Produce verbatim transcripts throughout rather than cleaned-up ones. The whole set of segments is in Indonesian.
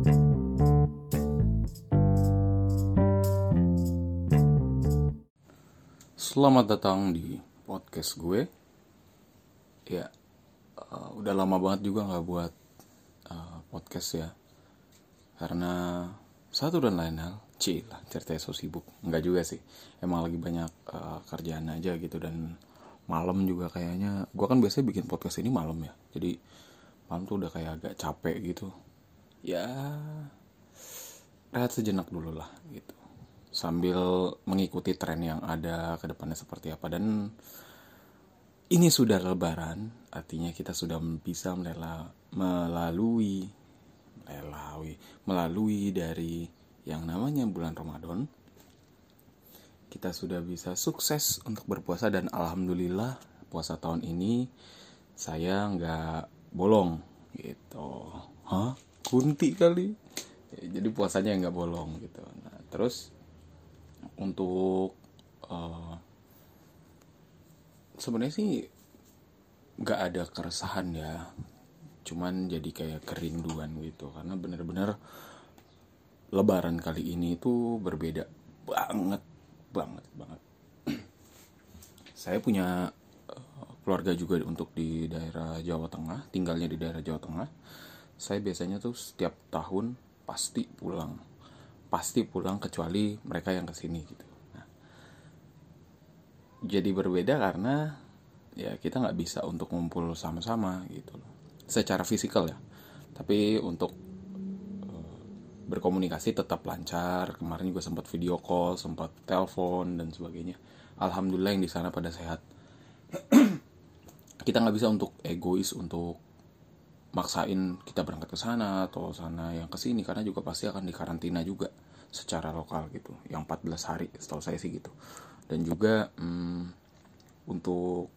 Selamat datang di podcast gue. Ya, uh, udah lama banget juga gak buat uh, podcast ya. Karena satu dan lain hal, cilah ceritanya so sibuk. Enggak juga sih, emang lagi banyak uh, kerjaan aja gitu. Dan malam juga kayaknya, gue kan biasanya bikin podcast ini malam ya. Jadi malam tuh udah kayak agak capek gitu. Ya, rehat sejenak dulu lah gitu, sambil mengikuti tren yang ada ke depannya seperti apa. Dan ini sudah lebaran, artinya kita sudah bisa melela, melalui melalui melalui dari yang namanya bulan Ramadan. Kita sudah bisa sukses untuk berpuasa dan alhamdulillah puasa tahun ini saya nggak bolong gitu. Hah? Kunti kali? Ya, jadi puasanya nggak bolong gitu. Nah, terus untuk uh, sebenarnya sih nggak ada keresahan ya, cuman jadi kayak kerinduan gitu, karena bener-bener lebaran kali ini tuh berbeda banget banget banget. Saya punya uh, keluarga juga untuk di daerah Jawa Tengah, tinggalnya di daerah Jawa Tengah. Saya biasanya tuh setiap tahun pasti pulang pasti pulang kecuali mereka yang kesini gitu. Nah, jadi berbeda karena ya kita nggak bisa untuk ngumpul sama-sama gitu loh, secara fisikal ya. Tapi untuk uh, berkomunikasi tetap lancar. Kemarin juga sempat video call, sempat telepon dan sebagainya. Alhamdulillah yang di sana pada sehat. Kita nggak bisa untuk egois untuk maksain kita berangkat ke sana atau sana yang ke sini, karena juga pasti akan dikarantina juga secara lokal gitu, yang empat belas hari setahu saya sih gitu. Dan juga hmm, untuk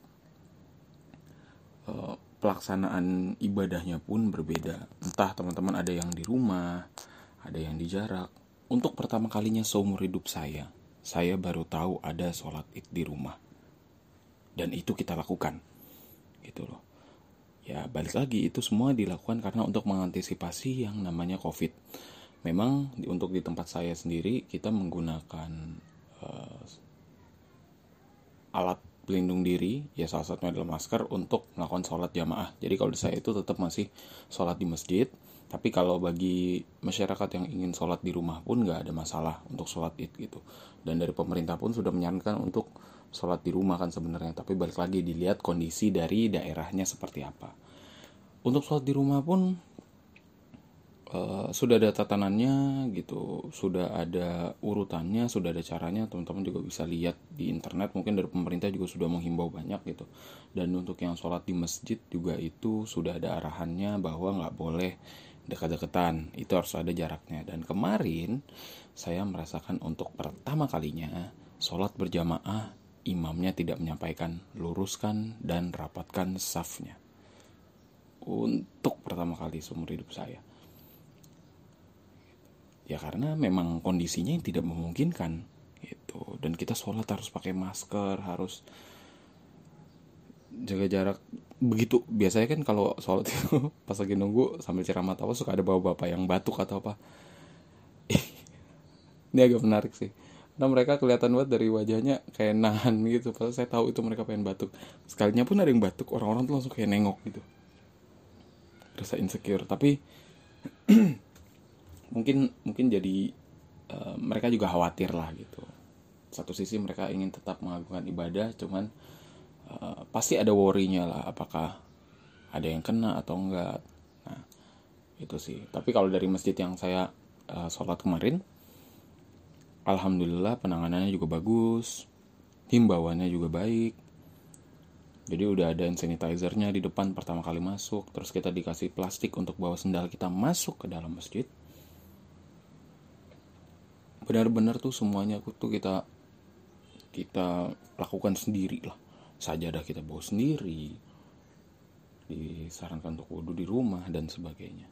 uh, pelaksanaan ibadahnya pun berbeda. Entah teman-teman ada yang di rumah, ada yang di jarak. Untuk pertama kalinya seumur hidup saya, saya baru tahu ada sholat id di rumah, dan itu kita lakukan gitu loh. Ya balik lagi, itu semua dilakukan karena untuk mengantisipasi yang namanya COVID. Memang di, untuk di tempat saya sendiri kita menggunakan uh, alat pelindung diri, ya salah satunya adalah masker untuk melakukan sholat jamaah. Jadi kalau di saya itu tetap masih sholat di masjid. Tapi kalau bagi masyarakat yang ingin sholat di rumah pun nggak ada masalah untuk sholat id gitu. Dan dari pemerintah pun sudah menyarankan untuk sholat di rumah kan sebenarnya. Tapi balik lagi dilihat kondisi dari daerahnya seperti apa. Untuk sholat di rumah pun uh, sudah ada tatanannya gitu, sudah ada urutannya, sudah ada caranya. Teman-teman juga bisa lihat di internet, mungkin dari pemerintah juga sudah menghimbau banyak gitu. Dan untuk yang sholat di masjid juga itu sudah ada arahannya bahwa nggak boleh dekat-dekatan, itu harus ada jaraknya. Dan kemarin saya merasakan untuk pertama kalinya sholat berjamaah, imamnya tidak menyampaikan luruskan dan rapatkan safnya. Untuk pertama kali seumur hidup saya. Ya karena memang kondisinya yang tidak memungkinkan gitu. Dan kita sholat harus pakai masker, harus jaga jarak. Begitu biasanya kan kalau sholat itu pas lagi nunggu sambil ceramah tawa suka ada bapak-bapak yang batuk atau apa. Ini agak menarik sih. Nah mereka kelihatan banget dari wajahnya kayak nahan gitu. Padahal saya tahu itu mereka pengen batuk. Sekalinya pun ada yang batuk, orang-orang tuh langsung kayak nengok gitu. Rasa insecure. Tapi mungkin mungkin jadi uh, mereka juga khawatir lah gitu. Satu sisi mereka ingin tetap mengagungkan ibadah, cuman uh, pasti ada worry-nya lah, apakah ada yang kena atau enggak. Nah itu sih. Tapi kalau dari masjid yang saya uh, sholat kemarin, alhamdulillah penanganannya juga bagus, himbauannya juga baik. Jadi udah ada hand sanitizer-nya di depan pertama kali masuk. Terus kita dikasih plastik untuk bawa sendal kita masuk ke dalam masjid. Benar-benar tuh semuanya tuh kita kita lakukan sendiri lah. Sajadah kita bawa sendiri. Disarankan untuk wudu di rumah dan sebagainya.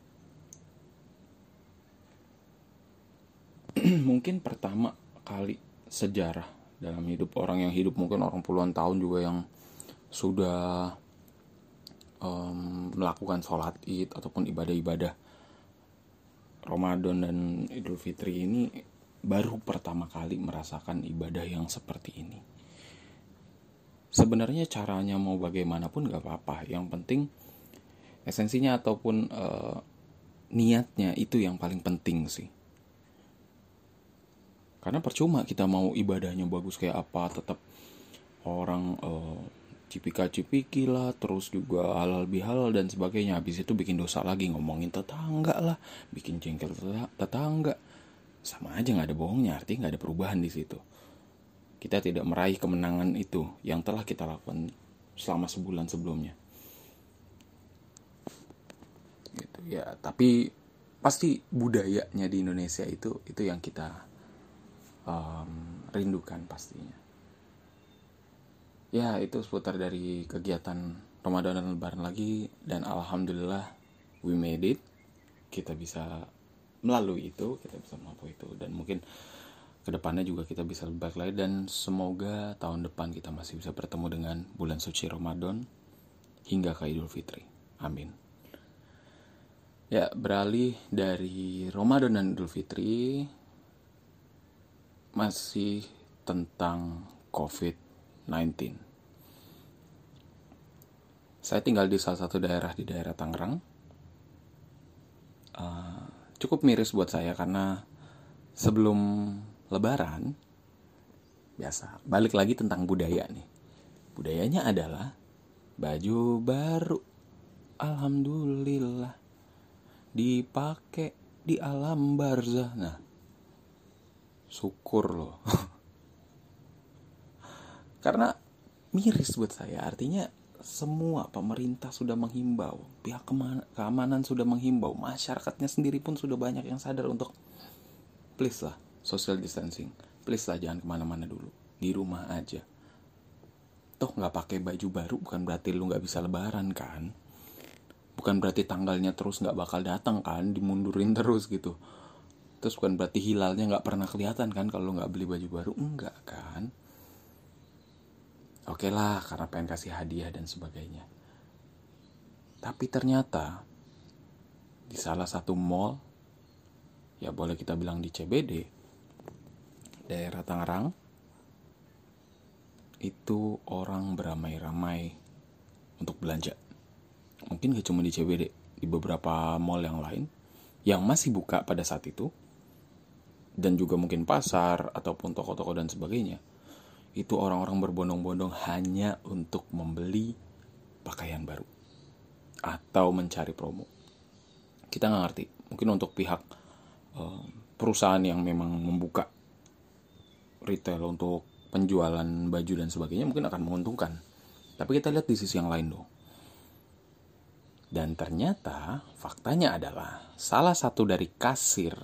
Mungkin pertama kali sejarah dalam hidup orang yang hidup mungkin orang puluhan tahun juga yang sudah um, melakukan sholat id ataupun ibadah-ibadah Ramadan dan Idul Fitri ini baru pertama kali merasakan ibadah yang seperti ini. Sebenarnya caranya mau bagaimanapun gak apa-apa. Yang penting esensinya ataupun uh, niatnya itu yang paling penting sih. Karena percuma kita mau ibadahnya bagus kayak apa, tetap orang uh, cipika-cipiki lah, terus juga halal bihalal dan sebagainya. Habis itu bikin dosa lagi, ngomongin tetangga lah, bikin jengkel tetangga. Sama aja nggak ada bohongnya, artinya nggak ada perubahan di situ. Kita tidak meraih kemenangan itu yang telah kita lakukan selama sebulan sebelumnya. Gitu ya, tapi pasti budayanya di Indonesia itu itu yang kita um, rindukan pastinya. Ya, itu seputar dari kegiatan Ramadan dan Lebaran lagi. Dan alhamdulillah we made it. Kita bisa melalui itu, kita bisa melalui itu. Dan mungkin kedepannya juga kita bisa lebih baik lagi. Dan semoga tahun depan kita masih bisa bertemu dengan bulan suci Ramadan hingga ke Idul Fitri. Amin. Ya, beralih dari Ramadan dan Idul Fitri, masih tentang covid sembilan belas. Saya tinggal di salah satu daerah di daerah Tangerang. Uh, cukup miris buat saya karena sebelum Lebaran, biasa balik lagi tentang budaya nih. Budayanya adalah baju baru, alhamdulillah, dipakai di alam barzah. Nah, syukur loh. Karena miris buat saya, artinya semua pemerintah sudah menghimbau, pihak keamanan sudah menghimbau, masyarakatnya sendiri pun sudah banyak yang sadar untuk please lah social distancing, please lah jangan kemana-mana dulu, di rumah aja. Toh nggak pakai baju baru bukan berarti lu nggak bisa lebaran kan, bukan berarti tanggalnya terus nggak bakal datang kan, dimundurin terus gitu. Terus bukan berarti hilalnya nggak pernah kelihatan kan kalau nggak beli baju baru, enggak kan. Oke lah, karena pengen kasih hadiah dan sebagainya. Tapi ternyata di salah satu mall, ya boleh kita bilang di C B D, daerah Tangerang, itu orang beramai-ramai untuk belanja. Mungkin gak cuma di C B D, di beberapa mall yang lain yang masih buka pada saat itu, dan juga mungkin pasar ataupun toko-toko dan sebagainya. Itu orang-orang berbondong-bondong hanya untuk membeli pakaian baru atau mencari promo. Kita nggak ngerti. Mungkin untuk pihak uh, perusahaan yang memang membuka retail untuk penjualan baju dan sebagainya mungkin akan menguntungkan. Tapi kita lihat di sisi yang lain dong. Dan ternyata faktanya adalah salah satu dari kasir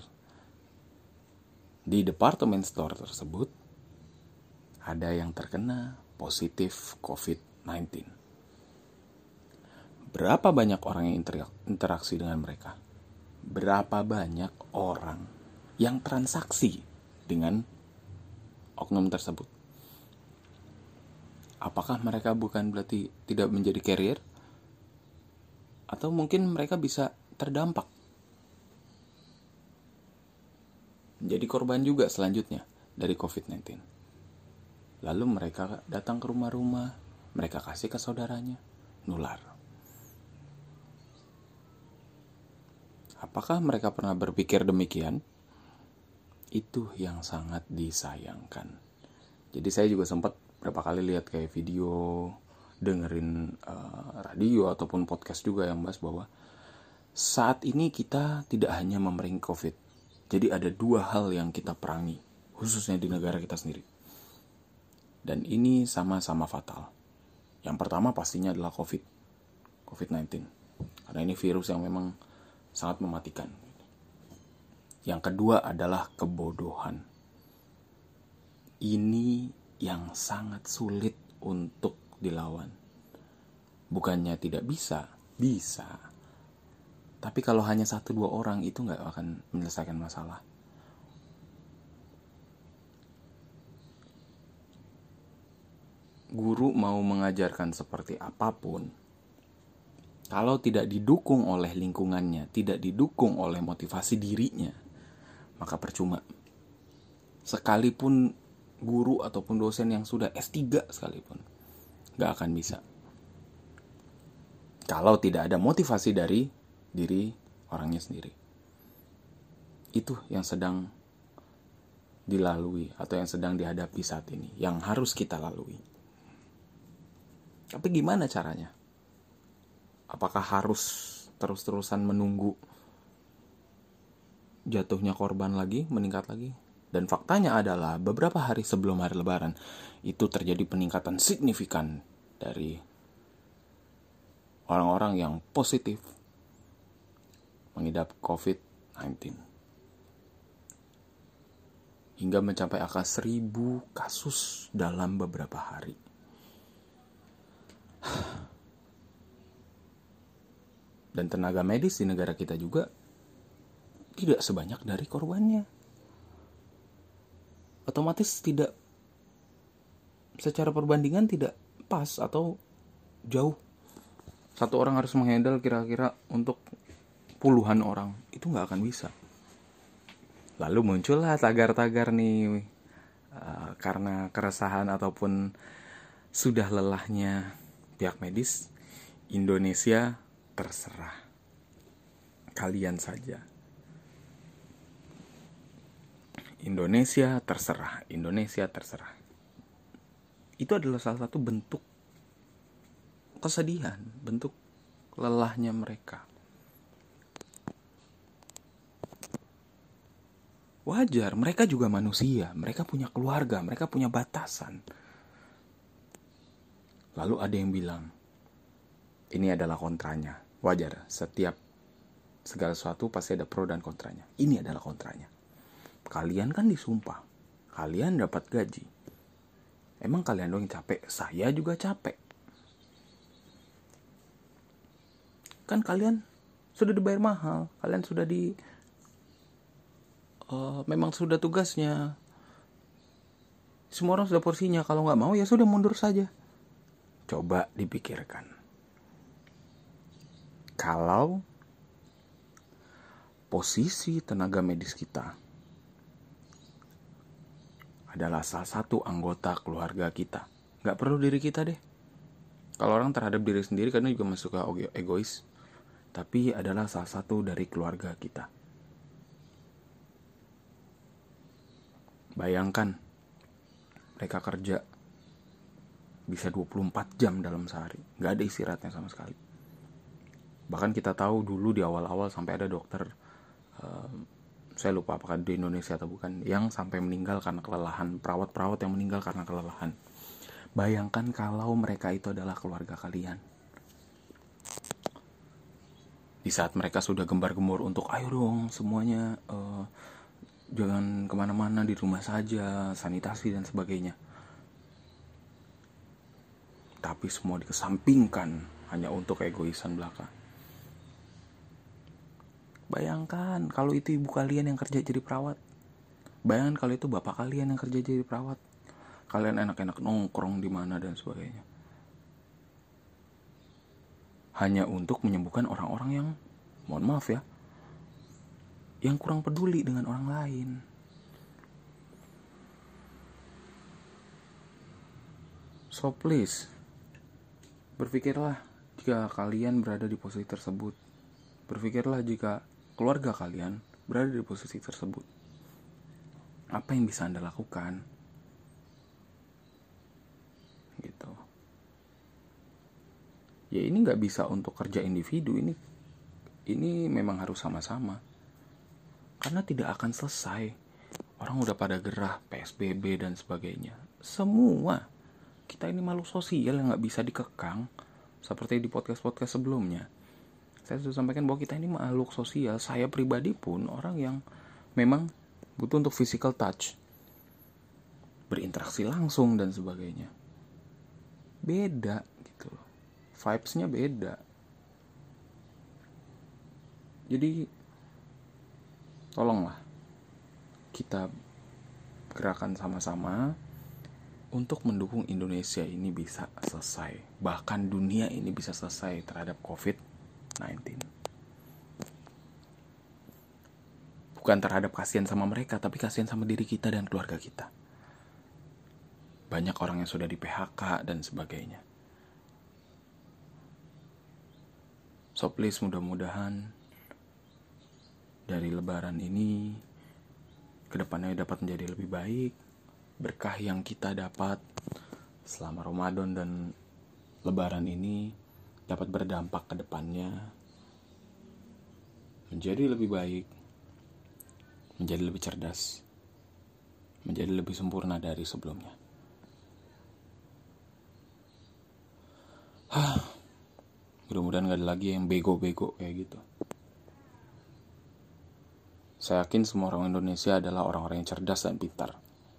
di department store tersebut ada yang terkena positif covid sembilan belas. Berapa banyak orang yang interaksi dengan mereka? Berapa banyak orang yang transaksi dengan oknum tersebut? Apakah mereka bukan berarti tidak menjadi carrier? Atau mungkin mereka bisa terdampak, menjadi korban juga selanjutnya dari covid sembilan belas. Lalu mereka datang ke rumah-rumah, mereka kasih ke saudaranya, nular. Apakah mereka pernah berpikir demikian? Itu yang sangat disayangkan. Jadi saya juga sempat berapa kali lihat kayak video, dengerin uh, radio ataupun podcast juga yang bahas bahwa saat ini kita tidak hanya memerangi COVID. Jadi ada dua hal yang kita perangi, khususnya di negara kita sendiri. Dan ini sama-sama fatal. Yang pertama pastinya adalah COVID, covid sembilan belas. Karena ini virus yang memang sangat mematikan. Yang kedua adalah kebodohan. Ini yang sangat sulit untuk dilawan. Bukannya tidak bisa, bisa. Tapi kalau hanya satu dua orang itu gak akan menyelesaikan masalah. Guru mau mengajarkan seperti apapun, Kalau tidak didukung oleh lingkungannya, tidak didukung oleh motivasi dirinya, maka percuma. Sekalipun guru ataupun dosen yang sudah S tiga sekalipun, gak akan bisa. Kalau tidak ada motivasi dari diri orangnya sendiri. Itu yang sedang dilalui atau yang sedang dihadapi saat ini, yang harus kita lalui. Tapi gimana caranya? Apakah harus terus-terusan menunggu jatuhnya korban lagi, meningkat lagi? Dan faktanya adalah beberapa hari sebelum hari Lebaran itu terjadi peningkatan signifikan dari orang-orang yang positif mengidap covid sembilan belas. Hingga mencapai angka seribu kasus dalam beberapa hari. Dan tenaga medis di negara kita juga tidak sebanyak dari korbannya. Otomatis tidak, secara perbandingan tidak pas atau jauh. Satu orang harus menghandle kira-kira untuk puluhan orang. Itu gak akan bisa. Lalu muncullah tagar-tagar nih, uh, karena keresahan ataupun sudah lelahnya pihak medis, Indonesia terserah, kalian saja. Indonesia terserah, Indonesia terserah. Itu adalah salah satu bentuk kesedihan, bentuk lelahnya mereka. Wajar, mereka juga manusia, mereka punya keluarga, mereka punya batasan. Lalu ada yang bilang, ini adalah kontranya. Wajar, setiap segala sesuatu pasti ada pro dan kontranya. Ini adalah kontranya. Kalian kan disumpah, kalian dapat gaji. Emang kalian doang yang capek? Saya juga capek. Kan kalian sudah dibayar mahal, kalian sudah di uh, memang sudah tugasnya. Semua orang sudah porsinya. Kalau nggak mau ya sudah mundur saja. Coba dipikirkan. Kalau posisi tenaga medis kita adalah salah satu anggota keluarga kita, gak perlu diri kita deh. Kalau orang terhadap diri sendiri karena juga masuk ke egois, tapi adalah salah satu dari keluarga kita. Bayangkan mereka kerja bisa dua puluh empat jam dalam sehari, gak ada istirahatnya sama sekali. Bahkan kita tahu dulu di awal-awal sampai ada dokter, uh, saya lupa apakah di Indonesia atau bukan, yang sampai meninggal karena kelelahan, perawat-perawat yang meninggal karena kelelahan. Bayangkan kalau mereka itu adalah keluarga kalian. Di saat mereka sudah gembar-gemur untuk ayo dong semuanya, uh, jangan kemana-mana, di rumah saja, sanitasi dan sebagainya. Tapi semua dikesampingkan hanya untuk egoisan belaka. Bayangkan kalau itu ibu kalian yang kerja jadi perawat. Bayangkan kalau itu bapak kalian yang kerja jadi perawat. Kalian enak-enak nongkrong di mana dan sebagainya. Hanya untuk menyembuhkan orang-orang yang, mohon maaf ya, yang kurang peduli dengan orang lain. So please, berpikirlah jika kalian berada di posisi tersebut. Berpikirlah jika keluarga kalian berada di posisi tersebut. Apa yang bisa Anda lakukan? Gitu. Ya ini gak bisa untuk kerja individu. Ini ini memang harus sama-sama. Karena tidak akan selesai. Orang udah pada gerah, P S B B dan sebagainya. Semua. Kita ini makhluk sosial yang gak bisa dikekang. Seperti di podcast-podcast sebelumnya. Saya sudah sampaikan bahwa kita ini makhluk sosial. Saya pribadi pun orang yang memang butuh untuk physical touch, berinteraksi langsung dan sebagainya. Beda gitu loh. Vibes-nya beda. Jadi tolonglah kita gerakan sama-sama untuk mendukung Indonesia ini bisa selesai. Bahkan dunia ini bisa selesai terhadap COVID. sembilan belas. Bukan terhadap kasihan sama mereka, tapi kasihan sama diri kita dan keluarga kita. Banyak orang yang sudah di P H K dan sebagainya. So please, mudah-mudahan dari lebaran ini kedepannya dapat menjadi lebih baik. Berkah yang kita dapat selama Ramadan dan lebaran ini dapat berdampak ke depannya menjadi lebih baik, menjadi lebih cerdas, menjadi lebih sempurna dari sebelumnya. Hah, mudah-mudahan gak ada lagi yang bego-bego kayak gitu. Saya yakin semua orang Indonesia adalah orang-orang yang cerdas dan pintar.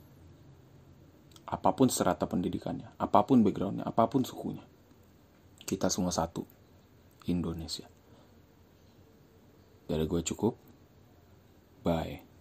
Apapun strata pendidikannya, apapun backgroundnya, apapun sukunya, kita semua satu, Indonesia. Dari gue cukup. Bye.